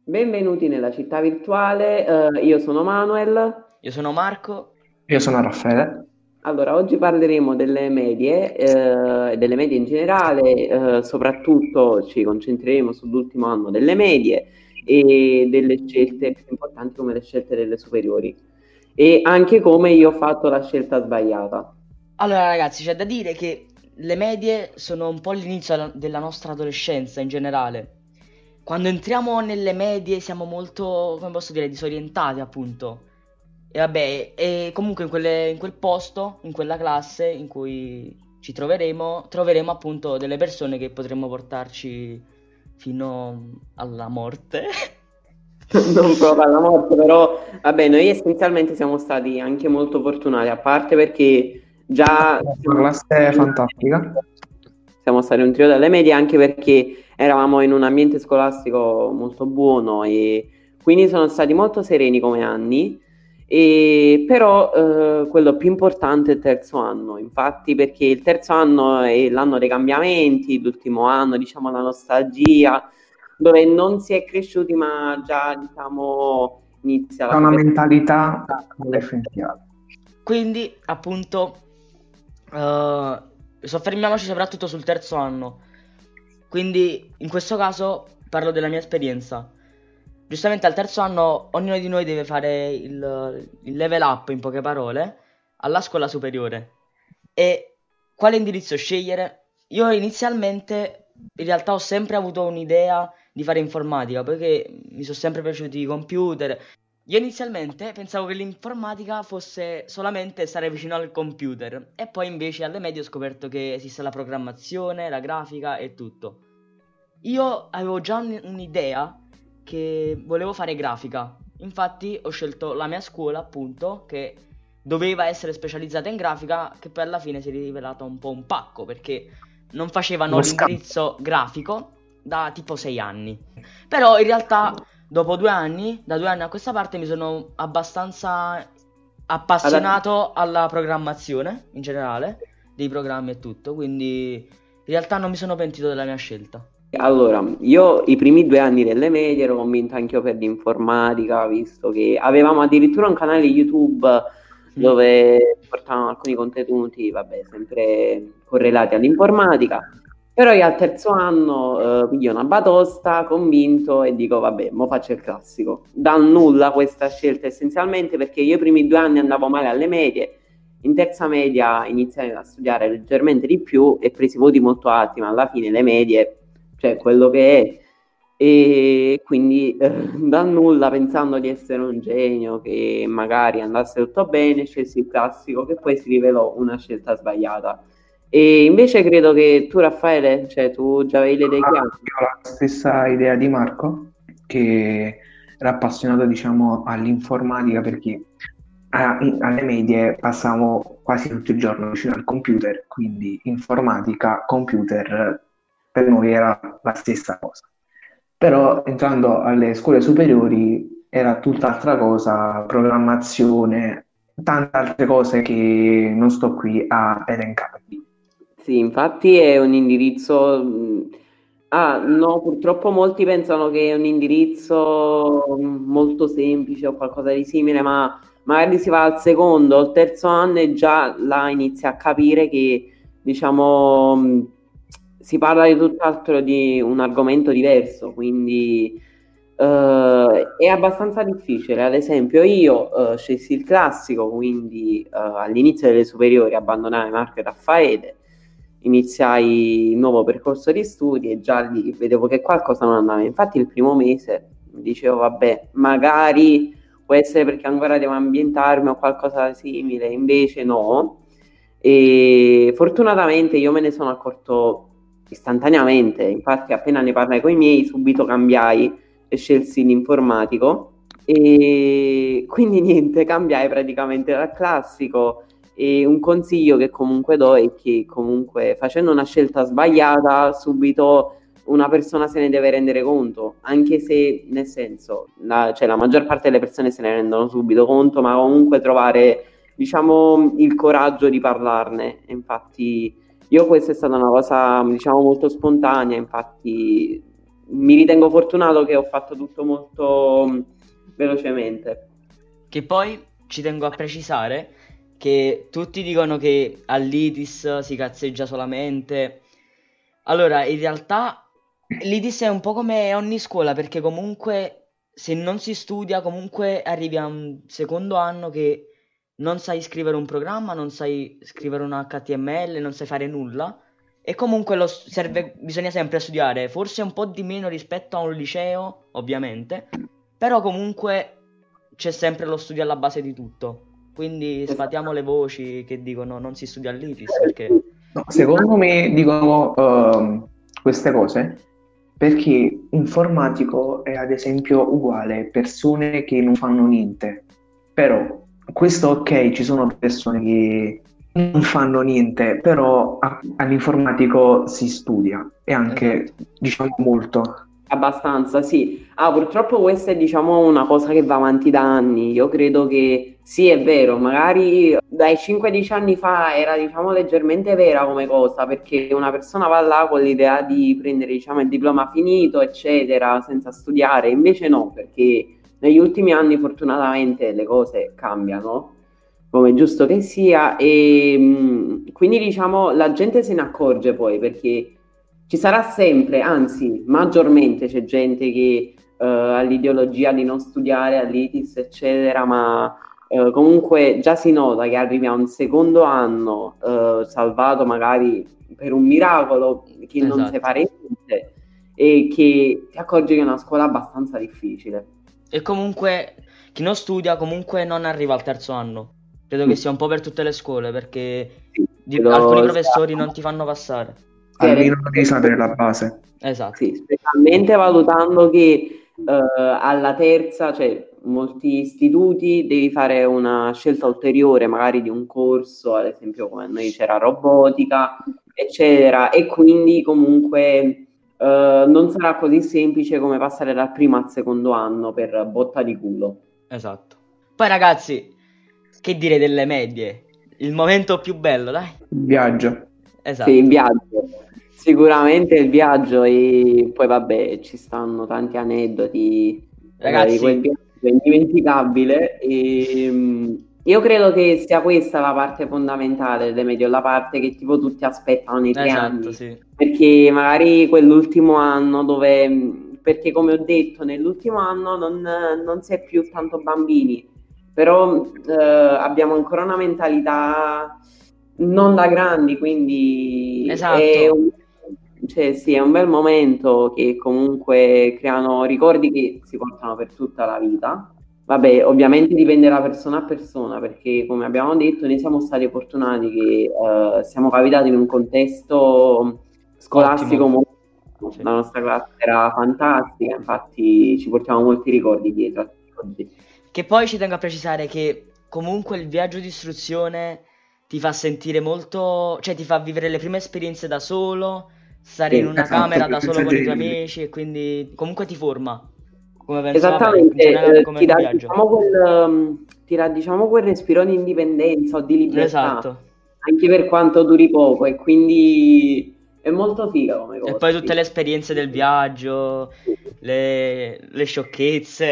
Benvenuti nella città virtuale, io sono Manuel. Io sono Marco. Io sono Raffaele. Allora, oggi parleremo delle medie, e delle medie in generale, soprattutto ci concentreremo sull'ultimo anno delle medie e delle scelte più importanti come le scelte delle superiori e anche come io ho fatto la scelta sbagliata. Allora, ragazzi, c'è da dire che le medie sono un po' l'inizio della nostra adolescenza in generale. Quando entriamo nelle medie siamo molto, come posso dire, disorientati, appunto. E vabbè, e comunque in quel posto, in quella classe in cui ci troveremo appunto delle persone che potremmo portarci fino alla morte. Non proprio alla morte, però vabbè, noi essenzialmente siamo stati anche molto fortunati, a parte perché già Una classe fantastica. siamo stati un trio dalle medie, anche perché eravamo in un ambiente scolastico molto buono e quindi sono stati molto sereni come anni, e però quello più importante è il terzo anno, infatti, perché il terzo anno è l'anno dei cambiamenti, l'ultimo anno, diciamo, la nostalgia, dove non si è cresciuti, ma già, diciamo, inizia Ha la una pubertà. mentalità adolescenziale. Quindi, appunto, soffermiamoci soprattutto sul terzo anno. Quindi, in questo caso, parlo della mia esperienza. Giustamente al terzo anno ognuno di noi deve fare il level up, in poche parole, alla scuola superiore. E quale indirizzo scegliere? Io inizialmente, in realtà, ho sempre avuto un'idea di fare informatica, perché mi sono sempre piaciuti i computer. Io inizialmente pensavo che l'informatica fosse solamente stare vicino al computer e poi invece alle medie ho scoperto che esiste la programmazione, la grafica e tutto. Io avevo già un'idea che volevo fare grafica, infatti ho scelto la mia scuola appunto che doveva essere specializzata in grafica, che poi alla fine si è rivelata un po' un pacco perché non facevano Uno scambio. l'indirizzo grafico da tipo 6 anni. Però in realtà dopo 2 anni, da 2 anni a questa parte, mi sono abbastanza Ad- appassionato alla programmazione in generale, dei programmi e tutto, quindi in realtà non mi sono pentito della mia scelta. Allora, io i primi 2 anni delle medie ero convinto anch'io per l'informatica, visto che avevamo addirittura un canale YouTube Mm. dove portavamo alcuni contenuti, vabbè, sempre correlati all'informatica. Però io al terzo anno piglio una batosta, convinto, e dico, vabbè, mo faccio il classico. Dal nulla questa scelta essenzialmente perché io i primi 2 anni andavo male alle medie, in terza media iniziai a studiare leggermente di più e presi voti molto alti, ma alla fine le medie, cioè quello che è. E quindi dal nulla, pensando di essere un genio, che magari andasse tutto bene, scelsi il classico, che poi si rivelò una scelta sbagliata. E invece credo che tu, Raffaele, cioè tu già avevi le idee chiare. Io ho la stessa idea di Marco, che era appassionato, diciamo, all'informatica perché alle medie passavo quasi tutto il giorno vicino al computer, quindi informatica, computer, per noi era la stessa cosa. Però entrando alle scuole superiori era tutt'altra cosa, programmazione, tante altre cose che non sto qui a elencarvi. Sì, infatti è un indirizzo. Ah, no, purtroppo molti pensano che è un indirizzo molto semplice o qualcosa di simile, ma magari si va al secondo o al terzo anno e già là inizia a capire che, diciamo, si parla di tutt'altro, di un argomento diverso, quindi è abbastanza difficile. Ad esempio, io scelsi il classico, quindi all'inizio delle superiori abbandonai Marco e Raffaele, iniziai il nuovo percorso di studi e già lì vedevo che qualcosa non andava. Infatti, il primo mese dicevo, vabbè, magari può essere perché ancora devo ambientarmi o qualcosa di simile, invece no. E fortunatamente io me ne sono accorto istantaneamente, infatti appena ne parlai con i miei subito cambiai e scelsi l'informatico e quindi niente, cambiai praticamente dal classico. E un consiglio che comunque do è che comunque facendo una scelta sbagliata subito una persona se ne deve rendere conto, anche se nel senso cioè, la maggior parte delle persone se ne rendono subito conto, ma comunque trovare, diciamo, il coraggio di parlarne. E infatti io questa è stata una cosa, diciamo, molto spontanea, infatti mi ritengo fortunato che ho fatto tutto molto velocemente. Che poi ci tengo a precisare che tutti dicono che all'ITIS si cazzeggia solamente. Allora, in realtà l'ITIS è un po' come ogni scuola, perché comunque se non si studia, comunque arrivi a un secondo anno che non sai scrivere un programma, non sai scrivere un HTML, non sai fare nulla. E comunque bisogna sempre studiare, forse un po' di meno rispetto a un liceo, ovviamente, però comunque c'è sempre lo studio alla base di tutto. Quindi sfatiamo le voci che dicono non si studia all'ITIS, perché... No, secondo me dicono queste cose perché informatico è ad esempio uguale persone che non fanno niente, però questo ok, ci sono persone che non fanno niente, però all'informatico si studia e anche diciamo molto. Abbastanza, sì. Purtroppo questa è, diciamo, una cosa che va avanti da anni. Io credo che sì, è vero, magari dai 5-10 anni fa era, diciamo, leggermente vera come cosa, perché una persona va là con l'idea di prendere, diciamo, il diploma finito, eccetera, senza studiare. Invece no, perché negli ultimi anni fortunatamente le cose cambiano, come è giusto che sia, e quindi, diciamo, la gente se ne accorge poi, perché ci sarà sempre, anzi maggiormente c'è gente che ha l'ideologia di non studiare all'ITIS eccetera, ma comunque già si nota che arrivi a un secondo anno salvato magari per un miracolo, che non Esatto. sai fare niente e che ti accorgi che è una scuola abbastanza difficile. E comunque chi non studia comunque non arriva al terzo anno. Credo che sia un po' per tutte le scuole, perché alcuni professori non ti fanno passare. Almeno devi sapere la base. Esatto. Sì, specialmente valutando che alla terza, cioè molti istituti, devi fare una scelta ulteriore, magari di un corso, ad esempio come a noi c'era robotica, eccetera, e quindi comunque non sarà così semplice come passare dal primo al secondo anno per botta di culo. Esatto. Poi ragazzi, che dire delle medie? Il momento più bello, dai. Il viaggio. Esatto. Sì, il viaggio. Sicuramente il viaggio, e poi vabbè ci stanno tanti aneddoti Ragazzi, di quel viaggio indimenticabile, e io credo che sia questa la parte fondamentale delle medie, la parte che tipo tutti aspettano nei 3 anni, sì. perché magari quell'ultimo anno dove, perché come ho detto nell'ultimo anno non si è più tanto bambini, però abbiamo ancora una mentalità non da grandi, quindi Esatto. è un bel momento che comunque creano ricordi che si portano per tutta la vita. Vabbè, ovviamente dipende da persona a persona, perché come abbiamo detto noi siamo stati fortunati che siamo capitati in un contesto scolastico molto. Sì. La nostra classe era fantastica, infatti ci portiamo molti ricordi dietro oggi. Che poi ci tengo a precisare che comunque il viaggio di istruzione ti fa sentire molto, cioè ti fa vivere le prime esperienze da solo, stare in una camera da solo con i tuoi amici, e quindi comunque ti forma. Come penso, esattamente, come ti dà, diciamo, quel respiro di indipendenza o di libertà, esatto, anche per quanto duri poco, e quindi è molto figa come cosa. E poi tutte le esperienze del viaggio, le sciocchezze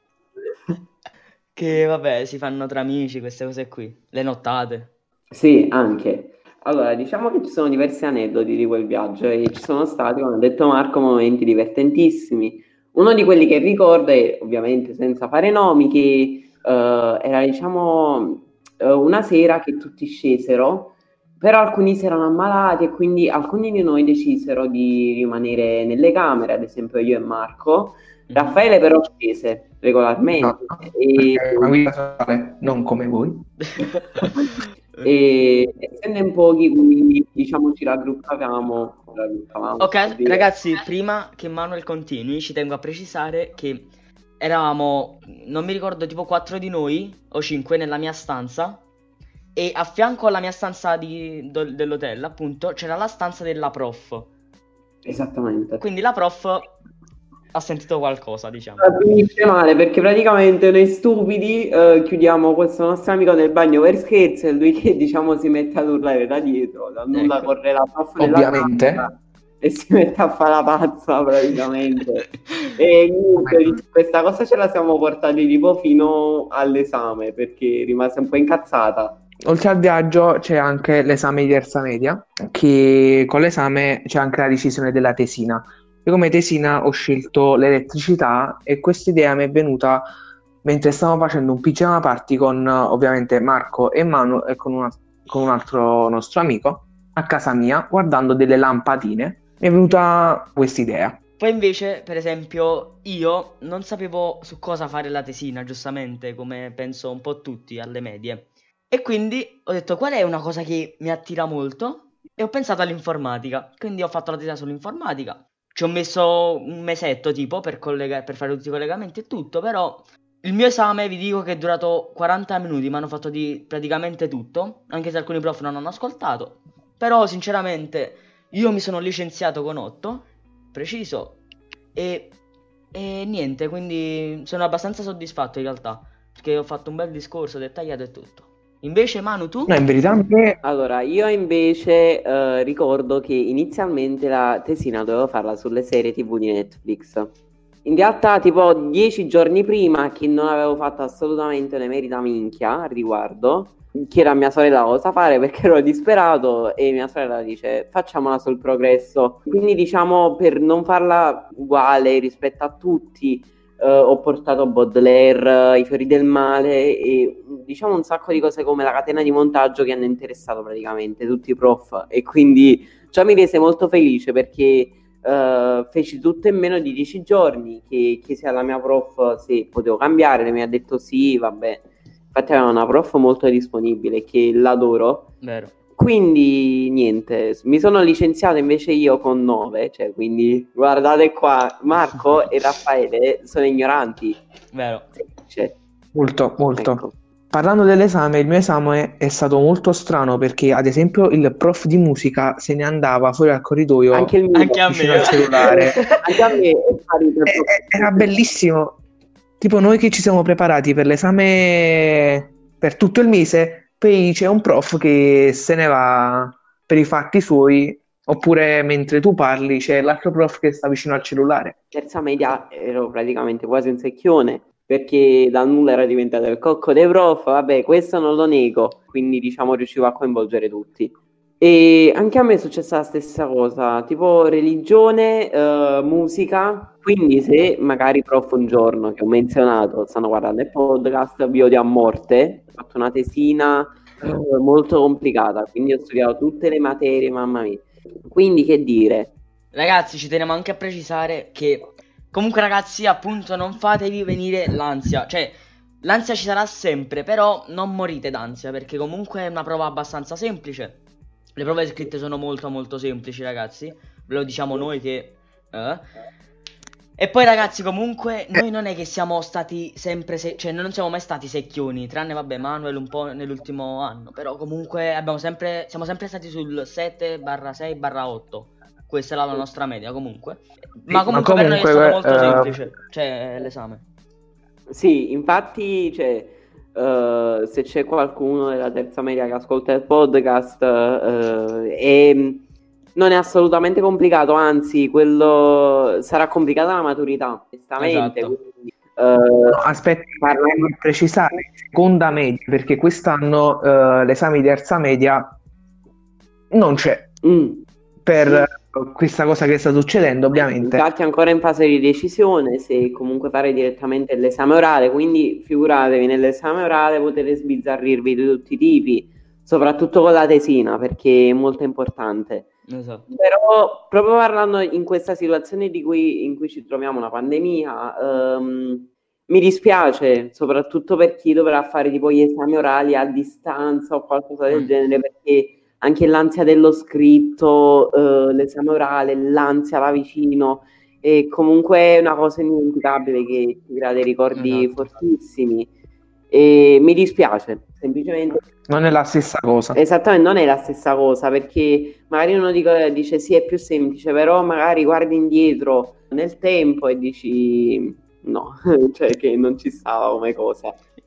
che vabbè si fanno tra amici, queste cose qui, le nottate. Sì, anche. Allora, diciamo che ci sono diversi aneddoti di quel viaggio e ci sono stati, come ha detto Marco, momenti divertentissimi. Uno di quelli che ricordo è, ovviamente senza fare nomi, che era, diciamo, una sera che tutti scesero, però alcuni si erano ammalati e quindi alcuni di noi decisero di rimanere nelle camere, ad esempio io e Marco. Raffaele però scese regolarmente. No, una guida sociale, non come voi. E essendo in pochi, quindi diciamo ci raggruppavamo. Ok, ragazzi, prima che Manuel continui, ci tengo a precisare che eravamo, non mi ricordo, tipo 4 di noi o 5 nella mia stanza, e a fianco alla mia stanza dell'hotel, appunto, c'era la stanza della prof. Esattamente. Quindi la prof ha sentito qualcosa, diciamo. Finisce male, perché praticamente noi stupidi chiudiamo questo nostro amico nel bagno per scherzo, e lui che, diciamo, si mette ad urlare da dietro, da nulla corre la prof ovviamente. e si mette a fare la pazza praticamente. E niente, questa cosa ce la siamo portati tipo fino all'esame, perché rimase un po' incazzata. Oltre al viaggio c'è anche l'esame di terza media, che con l'esame c'è anche la decisione della tesina. Io come tesina ho scelto l'elettricità e questa idea mi è venuta mentre stavamo facendo un pigiama party con ovviamente Marco e Manu e con un altro nostro amico a casa mia, guardando delle lampadine. Mi è venuta questa idea. Poi invece, per esempio, io non sapevo su cosa fare la tesina, giustamente, come penso un po' tutti alle medie. E quindi ho detto qual è una cosa che mi attira molto e ho pensato all'informatica. Quindi ho fatto la tesina sull'informatica. Ci ho messo un mesetto tipo per fare tutti i collegamenti e tutto, però il mio esame vi dico che è durato 40 minuti, mi hanno fatto di praticamente tutto, anche se alcuni prof non hanno ascoltato. Però sinceramente io mi sono licenziato con 8, preciso, e niente, quindi sono abbastanza soddisfatto in realtà, perché ho fatto un bel discorso dettagliato e tutto. Invece Manu, tu? No, in verità Allora, io invece ricordo che inizialmente la tesina dovevo farla sulle serie TV di Netflix. In realtà, tipo 10 giorni prima, che non avevo fatto assolutamente una merita minchia al riguardo, chiedo a mia sorella cosa fare perché ero disperato e mia sorella dice facciamola sul progresso. Quindi diciamo per non farla uguale rispetto a tutti ho portato Baudelaire, I fiori del male e diciamo un sacco di cose come la catena di montaggio che hanno interessato praticamente tutti i prof e quindi ciò mi rese molto felice perché feci tutto in meno di 10 giorni che sia la mia prof se potevo cambiare, lei mi ha detto sì, vabbè. Infatti aveva una prof molto disponibile che l'adoro. Vero. Quindi niente, mi sono licenziato invece io con 9, cioè quindi guardate qua, Marco e Raffaele sono ignoranti. Vero. Cioè, molto, molto. ecco. Parlando dell'esame, il mio esame è stato molto strano perché, ad esempio, il prof di musica se ne andava fuori al corridoio Anche il mio. Anche a vicino me. al cellulare. Anche a me è sparito. Era bellissimo. Tipo, noi che ci siamo preparati per l'esame per tutto il mese, poi c'è un prof che se ne va per i fatti suoi, oppure mentre tu parli c'è l'altro prof che sta vicino al cellulare. Terza media ero praticamente quasi un secchione perché da nulla era diventato il cocco dei prof, vabbè questo non lo nego, quindi diciamo riuscivo a coinvolgere tutti. E anche a me è successa la stessa cosa, tipo religione, musica, quindi se magari prof un giorno che ho menzionato stanno guardando il podcast, vi odio a morte, ho fatto una tesina molto complicata, quindi ho studiato tutte le materie, mamma mia. Quindi che dire? Ragazzi, ci teniamo anche a precisare che comunque ragazzi, appunto, non fatevi venire l'ansia. Cioè, l'ansia ci sarà sempre, però non morite d'ansia, perché comunque è una prova abbastanza semplice. Le prove scritte sono molto molto semplici, ragazzi. Ve lo diciamo noi che... E poi ragazzi, comunque, noi non è che siamo stati sempre... cioè, noi non siamo mai stati secchioni, tranne, vabbè, Manuel un po' nell'ultimo anno. Però comunque siamo sempre stati sul 7/6/8. Questa è la nostra media, comunque. Ma comunque per noi è stato molto semplice, cioè, l'esame. Sì, infatti, cioè, se c'è qualcuno della terza media che ascolta il podcast, non è assolutamente complicato, anzi, quello sarà complicata la maturità, onestamente. Esatto. Quindi, No, aspetta, per precisare, seconda media, perché quest'anno l'esame di terza media non c'è. Per questa cosa che sta succedendo, ovviamente. Infatti ancora in fase di decisione se comunque fare direttamente l'esame orale, quindi figuratevi nell'esame orale potete sbizzarrirvi di tutti i tipi, soprattutto con la tesina perché è molto importante. Esatto. Però proprio parlando in questa situazione in cui ci troviamo, una pandemia, mi dispiace soprattutto per chi dovrà fare tipo gli esami orali a distanza o qualcosa del genere, perché anche l'ansia dello scritto, l'esame orale, l'ansia va vicino e comunque è una cosa indimenticabile che ti crea dei ricordi fortissimi e mi dispiace, semplicemente. Non è la stessa cosa. Esattamente, non è la stessa cosa perché magari uno dice sì è più semplice, però magari guardi indietro nel tempo e dici no, cioè che non ci stava come cosa.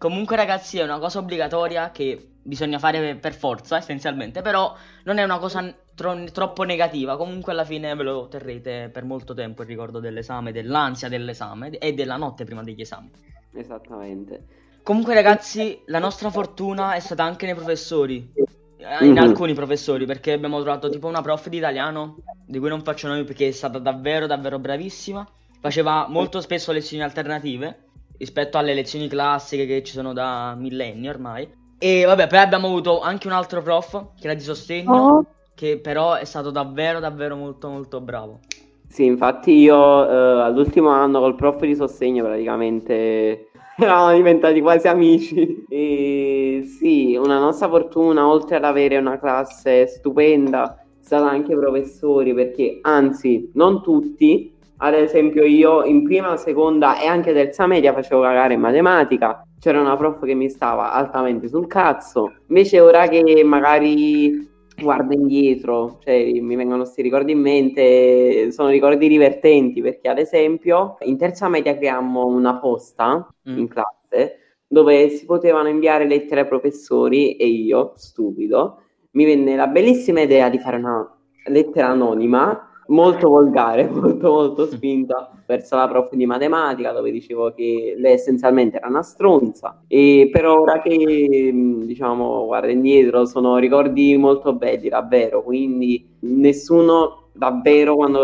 Comunque ragazzi è una cosa obbligatoria che bisogna fare per forza essenzialmente, però non è una cosa troppo negativa, comunque alla fine ve lo terrete per molto tempo il ricordo dell'esame, dell'ansia dell'esame e della notte prima degli esami. Esattamente. Comunque ragazzi la nostra fortuna è stata anche nei professori, in alcuni professori, perché abbiamo trovato tipo una prof di italiano, di cui non faccio nomi perché è stata davvero davvero bravissima, faceva molto spesso lezioni alternative rispetto alle lezioni classiche che ci sono da millenni ormai. E vabbè, poi abbiamo avuto anche un altro prof che era di sostegno, che però è stato davvero davvero molto molto bravo. Sì, infatti io all'ultimo anno col prof di sostegno praticamente eravamo diventati quasi amici. E sì, una nostra fortuna, oltre ad avere una classe stupenda, è stata anche i professori, perché anzi, non tutti. Ad esempio io in prima, seconda e anche terza media facevo cagare in matematica, c'era una prof che mi stava altamente sul cazzo, invece ora che magari guardo indietro, cioè mi vengono questi ricordi in mente, sono ricordi divertenti, perché ad esempio in terza media creammo una posta in classe dove si potevano inviare lettere ai professori e io, stupido, mi venne la bellissima idea di fare una lettera anonima molto volgare, molto spinta verso la prof di matematica, dove dicevo che lei essenzialmente era una stronza. E per ora che diciamo guarda indietro sono ricordi molto belli davvero, quindi nessuno davvero quando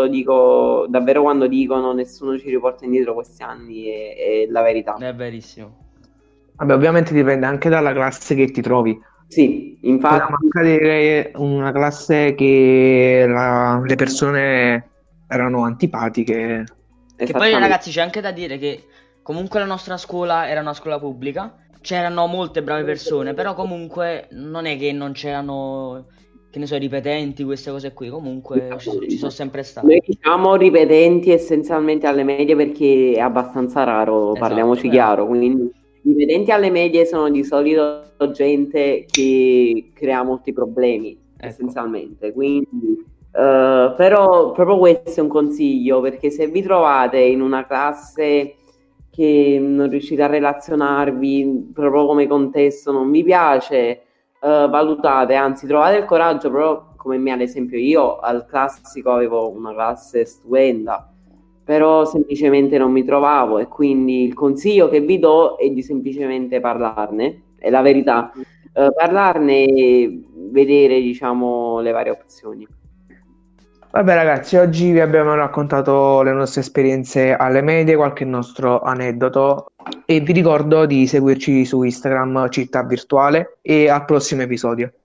dicono nessuno ci riporta indietro questi anni è la verità. È verissimo. Vabbè, ovviamente dipende anche dalla classe che ti trovi. Sì, infatti. Magari una classe che le persone erano antipatiche. Che poi ragazzi c'è anche da dire che comunque la nostra scuola era una scuola pubblica, c'erano molte brave persone, però comunque non è che non c'erano, che ne so, ripetenti, queste cose qui, comunque ci sono sempre state. Noi diciamo ripetenti essenzialmente alle medie perché è abbastanza raro, parliamoci chiaro, quindi i ripetenti alle medie sono di solito gente che crea molti problemi, essenzialmente, quindi però proprio questo è un consiglio, perché se vi trovate in una classe che non riuscite a relazionarvi proprio come contesto non vi piace, valutate, anzi trovate il coraggio, proprio come me ad esempio io al classico avevo una classe stupenda, però semplicemente non mi trovavo, e quindi il consiglio che vi do è di semplicemente parlarne, è la verità, parlarne e vedere diciamo le varie opzioni. Vabbè ragazzi, oggi vi abbiamo raccontato le nostre esperienze alle medie, qualche nostro aneddoto, e vi ricordo di seguirci su Instagram Città Virtuale, e al prossimo episodio.